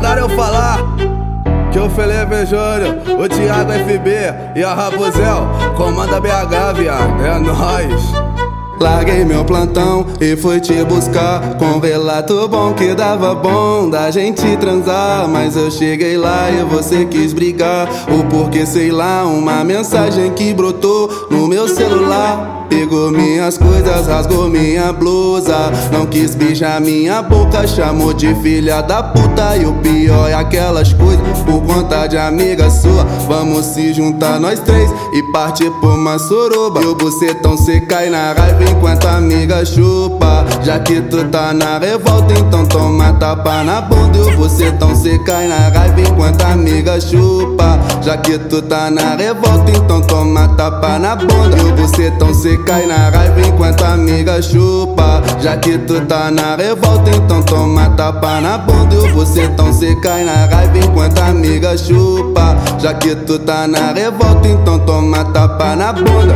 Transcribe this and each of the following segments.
Mandaram eu falar que o Felipe Júnior, o Thiago FB e a Rapozel comanda BH, viado, é nóis. Larguei meu plantão e fui te buscar com um relato bom que dava bom da gente transar. Mas eu cheguei lá e você quis brigar. O porquê sei lá, uma mensagem que brotou no meu celular. Pegou minhas coisas, rasgou minha blusa. Não quis beijar minha boca, chamou de filha da puta. E o pior é aquelas coisas por conta de amiga sua. Vamos se juntar nós três e partir por uma suruba. E o bucetão cê cai na raiva enquanto a amiga chupa. Já que tu tá na revolta, então toma tapa na bunda. E o bucetão cê cai na raiva enquanto a amiga chupa. Já que tu tá na revolta, então toma tapa na bunda. E o bucetão cê cai na raiva enquanto a amiga chupa. Já que tu tá na revolta, então toma tapa na bunda. E o bucetão cê cai na raiva enquanto a amiga chupa. Já que tu tá na revolta, então toma tapa na bunda.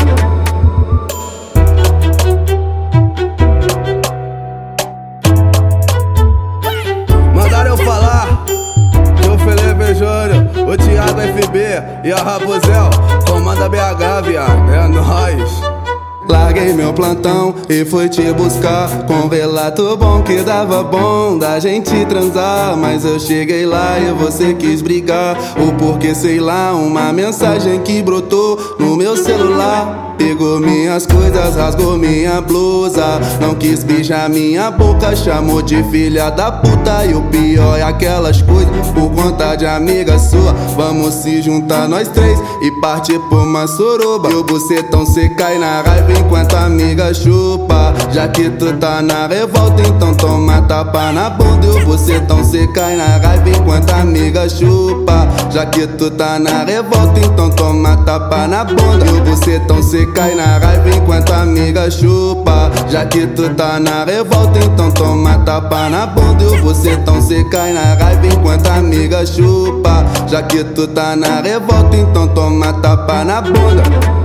Mandaram eu falar que o Felipe Júnior, o Thiago FB e a Rapozel comanda BH, viado, é nóis. Larguei meu plantão e fui te buscar com um relato bom que dava bom da gente transar. Mas eu cheguei lá e você quis brigar. O porquê sei lá, uma mensagem que brotou no meu celular. Pegou minhas coisas, rasgou minha blusa. Não quis beijar minha boca, chamou de filha da puta. E o pior é aquelas coisas por conta de amiga sua. Vamos se juntar nós três e partir por uma suruba. E o bucetão cê cai na raiva enquanto a amiga chupa. Já que tu tá na revolta, então toma tapa na bunda. E o bucetão cê cai na raiva enquanto a amiga chupa. Já que tu tá na revolta, então toma tapa na bunda. E o bucetão cê cai na raiva enquanto a amiga chupa. Já que tu tá na revolta, então toma tapa na bunda. E o bucetão cê cai na raiva enquanto a amiga chupa. Já que tu tá na revolta, então toma tapa na bunda.